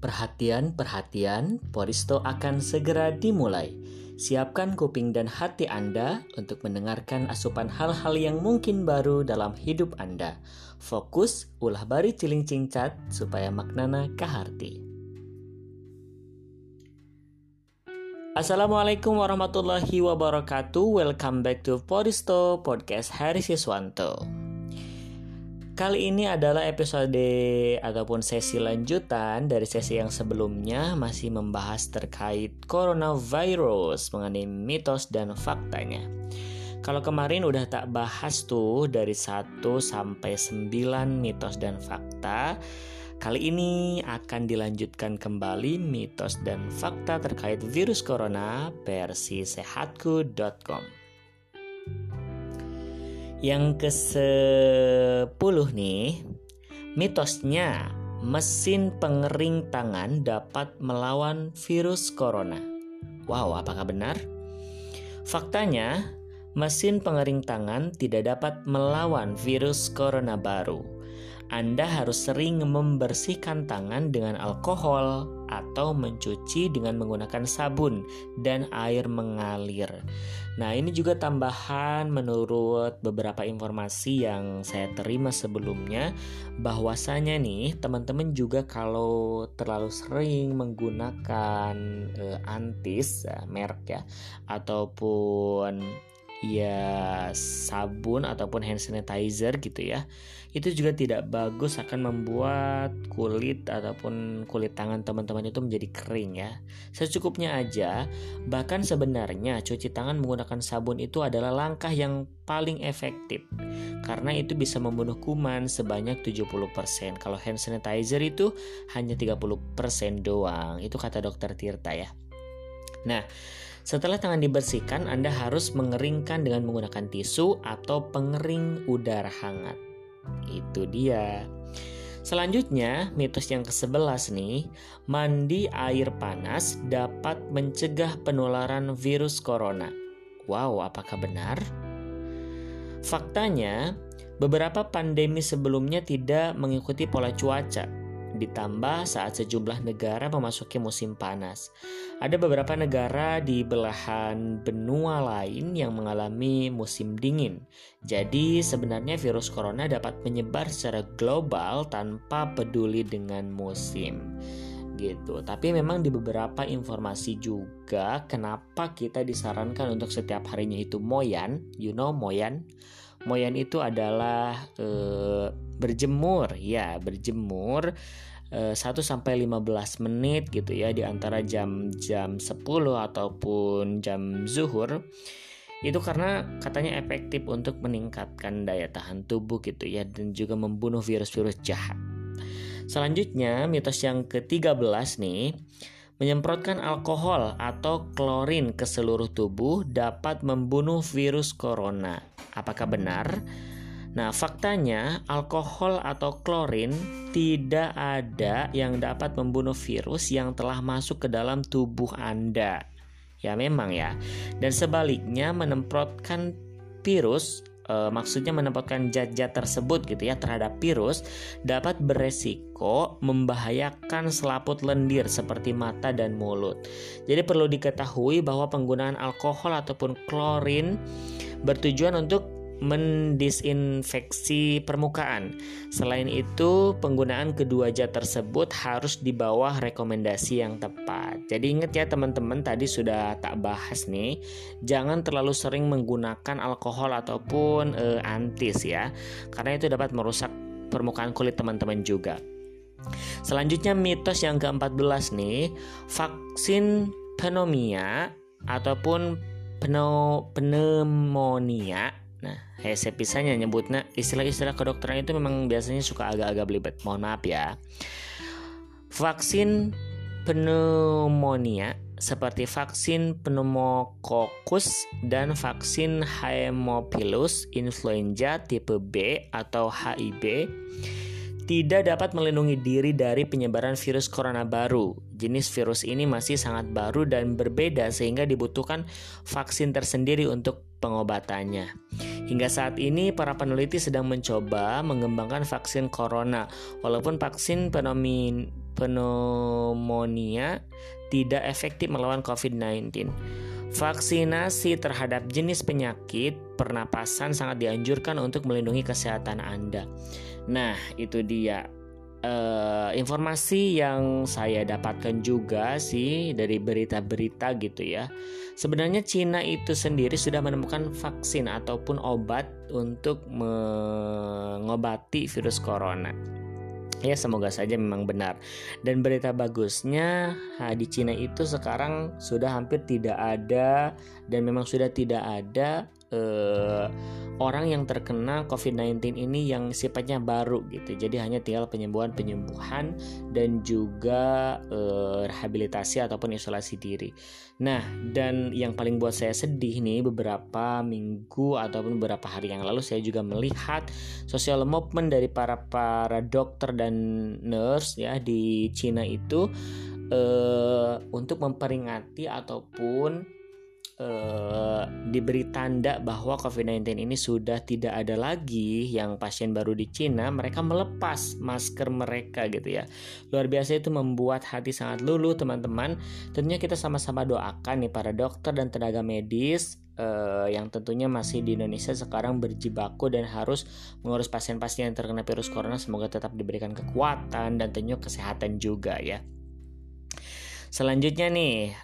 Perhatian, Poristo akan segera dimulai. Siapkan kuping dan hati Anda untuk mendengarkan asupan hal-hal yang mungkin baru dalam hidup Anda. Fokus, ulah bari ciling cingcat supaya maknana kaharti. Assalamualaikum warahmatullahi wabarakatuh. Welcome back to Poristo Podcast Hari Siswanto. Kali ini adalah episode ataupun sesi lanjutan dari sesi yang sebelumnya, masih membahas terkait coronavirus mengenai mitos dan faktanya. Kalau kemarin udah tak bahas tuh dari 1 sampai 9 mitos dan fakta, kali ini akan dilanjutkan kembali mitos dan fakta terkait virus corona versi sehatku.com. Yang ke-10 nih, mitosnya mesin pengering tangan dapat melawan virus corona. Wow, apakah benar? Faktanya, mesin pengering tangan tidak dapat melawan virus corona baru. Anda harus sering membersihkan tangan dengan alkohol atau mencuci dengan menggunakan sabun dan air mengalir. Nah, ini juga tambahan menurut beberapa informasi yang saya terima sebelumnya, bahwasanya nih teman-teman juga kalau terlalu sering menggunakan antis merek ya, ataupun ya sabun ataupun hand sanitizer gitu ya, itu juga tidak bagus, akan membuat kulit ataupun kulit tangan teman-teman itu menjadi kering ya. Secukupnya aja. Bahkan sebenarnya cuci tangan menggunakan sabun itu adalah langkah yang paling efektif, karena itu bisa membunuh kuman sebanyak 70%. Kalau hand sanitizer itu hanya 30% doang. Itu kata Dokter Tirta ya. Nah, setelah tangan dibersihkan, Anda harus mengeringkan dengan menggunakan tisu atau pengering udara hangat. Itu dia. Selanjutnya, mitos yang ke-11 nih, mandi air panas dapat mencegah penularan virus corona. Wow, apakah benar? Faktanya, beberapa pandemi sebelumnya tidak mengikuti pola cuaca. Ditambah saat sejumlah negara memasuki musim panas. Ada beberapa negara di belahan benua lain yang mengalami musim dingin. Jadi sebenarnya virus corona dapat menyebar secara global tanpa peduli dengan musim. Gitu. Tapi memang di beberapa informasi juga kenapa kita disarankan untuk setiap harinya itu moyan. You know moyan? Moyan itu adalah berjemur 1-15 menit gitu ya, di antara jam 10 ataupun jam zuhur. Itu karena katanya efektif untuk meningkatkan daya tahan tubuh gitu ya, dan juga membunuh virus-virus jahat. Selanjutnya, mitos yang ke-13 nih, menyemprotkan alkohol atau klorin ke seluruh tubuh dapat membunuh virus corona. Apakah benar? Nah, faktanya alkohol atau klorin tidak ada yang dapat membunuh virus yang telah masuk ke dalam tubuh Anda. Ya memang ya. Dan sebaliknya, menemprotkan virus, maksudnya menempatkan zat-zat tersebut gitu ya terhadap virus, dapat beresiko membahayakan selaput lendir seperti mata dan mulut. Jadi perlu diketahui bahwa penggunaan alkohol ataupun klorin bertujuan untuk mendisinfeksi permukaan. Selain itu, penggunaan kedua zat tersebut harus di bawah rekomendasi yang tepat. Jadi ingat ya teman-teman, tadi sudah tak bahas nih, jangan terlalu sering menggunakan alkohol ataupun antis ya, karena itu dapat merusak permukaan kulit teman-teman juga. Selanjutnya, mitos yang ke-14 nih, vaksin pneumonia ataupun pneumonia. Nah, saya pisahnya nyebutnya, istilah-istilah kedokteran itu memang biasanya suka agak-agak belibet. Mohon maaf ya. Vaksin pneumonia seperti vaksin pneumococcus dan vaksin Haemophilus influenza tipe B atau HIB tidak dapat melindungi diri dari penyebaran virus corona baru. Jenis virus ini masih sangat baru dan berbeda sehingga dibutuhkan vaksin tersendiri untuk pengobatannya. Hingga saat ini para peneliti sedang mencoba mengembangkan vaksin corona. Walaupun vaksin pneumonia tidak efektif melawan COVID-19. Vaksinasi terhadap jenis penyakit pernapasan sangat dianjurkan untuk melindungi kesehatan Anda. Nah, itu dia informasi yang saya dapatkan juga sih dari berita-berita gitu ya. Sebenarnya Cina itu sendiri sudah menemukan vaksin ataupun obat untuk mengobati virus corona. Ya, semoga saja memang benar. Dan berita bagusnya di Cina itu sekarang sudah hampir tidak ada dan memang sudah tidak ada orang yang terkena COVID-19 ini yang sifatnya baru gitu. Jadi hanya tinggal penyembuhan dan juga rehabilitasi ataupun isolasi diri. Nah, dan yang paling buat saya sedih nih, beberapa minggu ataupun beberapa hari yang lalu saya juga melihat social movement dari para dokter dan nurse ya di Cina itu untuk memperingati ataupun diberi tanda bahwa COVID-19 ini sudah tidak ada lagi yang pasien baru di Cina. Mereka melepas masker mereka gitu ya. Luar biasa, itu membuat hati sangat luluh teman-teman. Tentunya kita sama-sama doakan nih para dokter dan tenaga medis yang tentunya masih di Indonesia sekarang berjibaku dan harus mengurus pasien-pasien yang terkena virus corona. Semoga tetap diberikan kekuatan dan tentunya kesehatan juga ya. Selanjutnya nih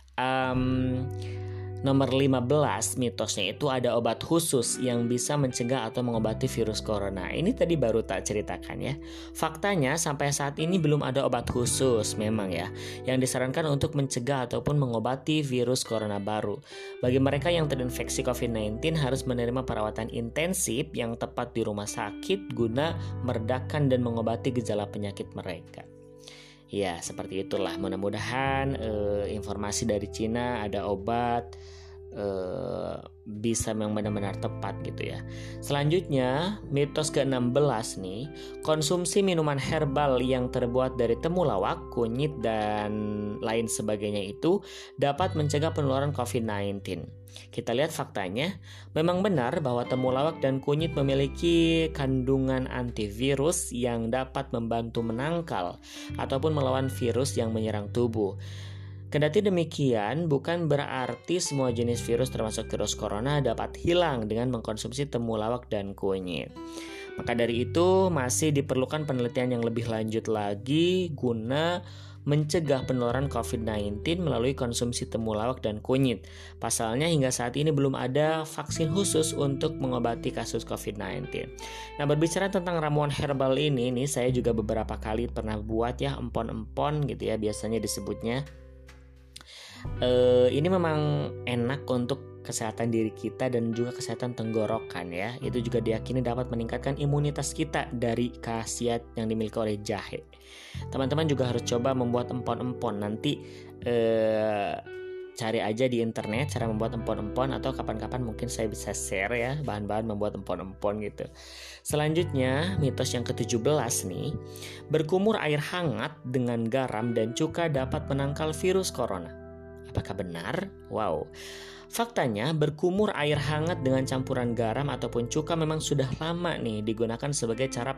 nomor 15 mitosnya itu ada obat khusus yang bisa mencegah atau mengobati virus corona. Ini tadi baru tak ceritakan ya. Faktanya sampai saat ini belum ada obat khusus memang ya yang disarankan untuk mencegah ataupun mengobati virus corona baru. Bagi mereka yang terinfeksi COVID-19 harus menerima perawatan intensif yang tepat di rumah sakit guna meredakan dan mengobati gejala penyakit mereka. Ya, seperti itulah. Mudah-mudahan informasi dari Cina ada obat bisa memang benar-benar tepat gitu ya. Selanjutnya, mitos ke-16 nih, konsumsi minuman herbal yang terbuat dari temulawak, kunyit dan lain sebagainya itu dapat mencegah penularan COVID-19. Kita lihat faktanya, memang benar bahwa temulawak dan kunyit memiliki kandungan antivirus yang dapat membantu menangkal ataupun melawan virus yang menyerang tubuh. Kendati demikian, bukan berarti semua jenis virus termasuk virus corona dapat hilang dengan mengkonsumsi temulawak dan kunyit. Maka dari itu masih diperlukan penelitian yang lebih lanjut lagi guna mencegah penularan COVID-19 melalui konsumsi temulawak dan kunyit. Pasalnya hingga saat ini belum ada vaksin khusus untuk mengobati kasus COVID-19. Nah, berbicara tentang ramuan herbal ini nih, saya juga beberapa kali pernah buat ya empon-empon gitu ya biasanya disebutnya. Ini memang enak untuk kesehatan diri kita dan juga kesehatan tenggorokan ya. Itu juga diyakini dapat meningkatkan imunitas kita dari khasiat yang dimiliki oleh jahe. Teman-teman juga harus coba membuat empon-empon. Nanti cari aja di internet cara membuat empon-empon, atau kapan-kapan mungkin saya bisa share ya bahan-bahan membuat empon-empon gitu. Selanjutnya, mitos yang ke-17 nih, berkumur air hangat dengan garam dan cuka dapat menangkal virus corona. Apakah benar? Wow. Faktanya, berkumur air hangat dengan campuran garam ataupun cuka memang sudah lama nih digunakan sebagai cara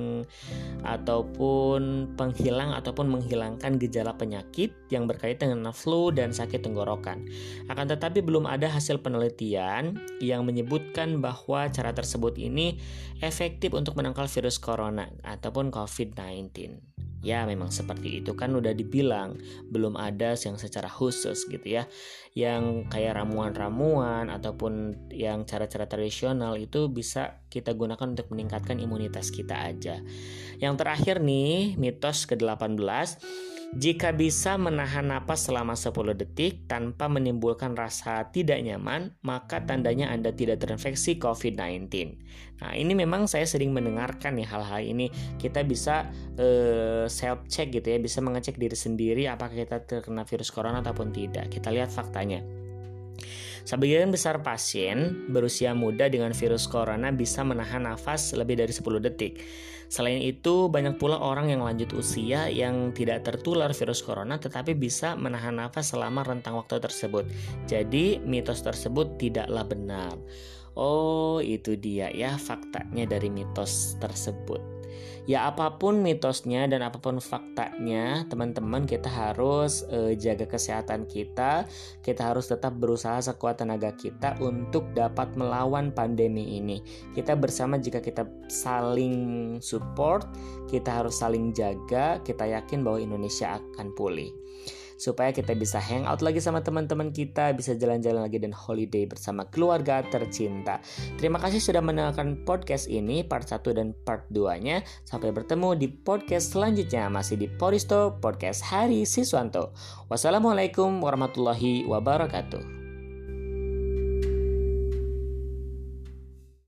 penghilang ataupun menghilangkan gejala penyakit yang berkaitan dengan flu dan sakit tenggorokan. Akan tetapi belum ada hasil penelitian yang menyebutkan bahwa cara tersebut ini efektif untuk menangkal virus corona ataupun COVID-19. Ya, memang seperti itu kan udah dibilang belum ada yang secara khusus gitu ya, yang kayak ramuan-ramuan ataupun yang cara-cara tradisional itu bisa kita gunakan untuk meningkatkan imunitas kita aja. Yang terakhir nih, mitos ke-18, jika bisa menahan napas selama 10 detik tanpa menimbulkan rasa tidak nyaman, maka tandanya Anda tidak terinfeksi COVID-19. Nah, ini memang saya sering mendengarkan nih hal-hal ini. Kita bisa self check gitu ya, bisa mengecek diri sendiri apakah kita terkena virus corona ataupun tidak. Kita lihat faktanya. Sebagian besar pasien berusia muda dengan virus corona bisa menahan nafas lebih dari 10 detik. Selain itu, banyak pula orang yang lanjut usia yang tidak tertular virus corona tetapi bisa menahan nafas selama rentang waktu tersebut. Jadi, mitos tersebut tidaklah benar. Oh, itu dia ya faktanya dari mitos tersebut. Ya, apapun mitosnya dan apapun faktanya, teman-teman, kita harus jaga kesehatan kita. Kita harus tetap berusaha sekuat tenaga kita untuk dapat melawan pandemi ini. Kita bersama, jika kita saling support, kita harus saling jaga. Kita yakin bahwa Indonesia akan pulih, supaya kita bisa hangout lagi sama teman-teman kita, bisa jalan-jalan lagi dan holiday bersama keluarga tercinta. Terima kasih sudah mendengarkan podcast ini, part 1 dan part 2-nya. Sampai bertemu di podcast selanjutnya, masih di Poristo Podcast Hari Siswanto. Wassalamualaikum warahmatullahi wabarakatuh.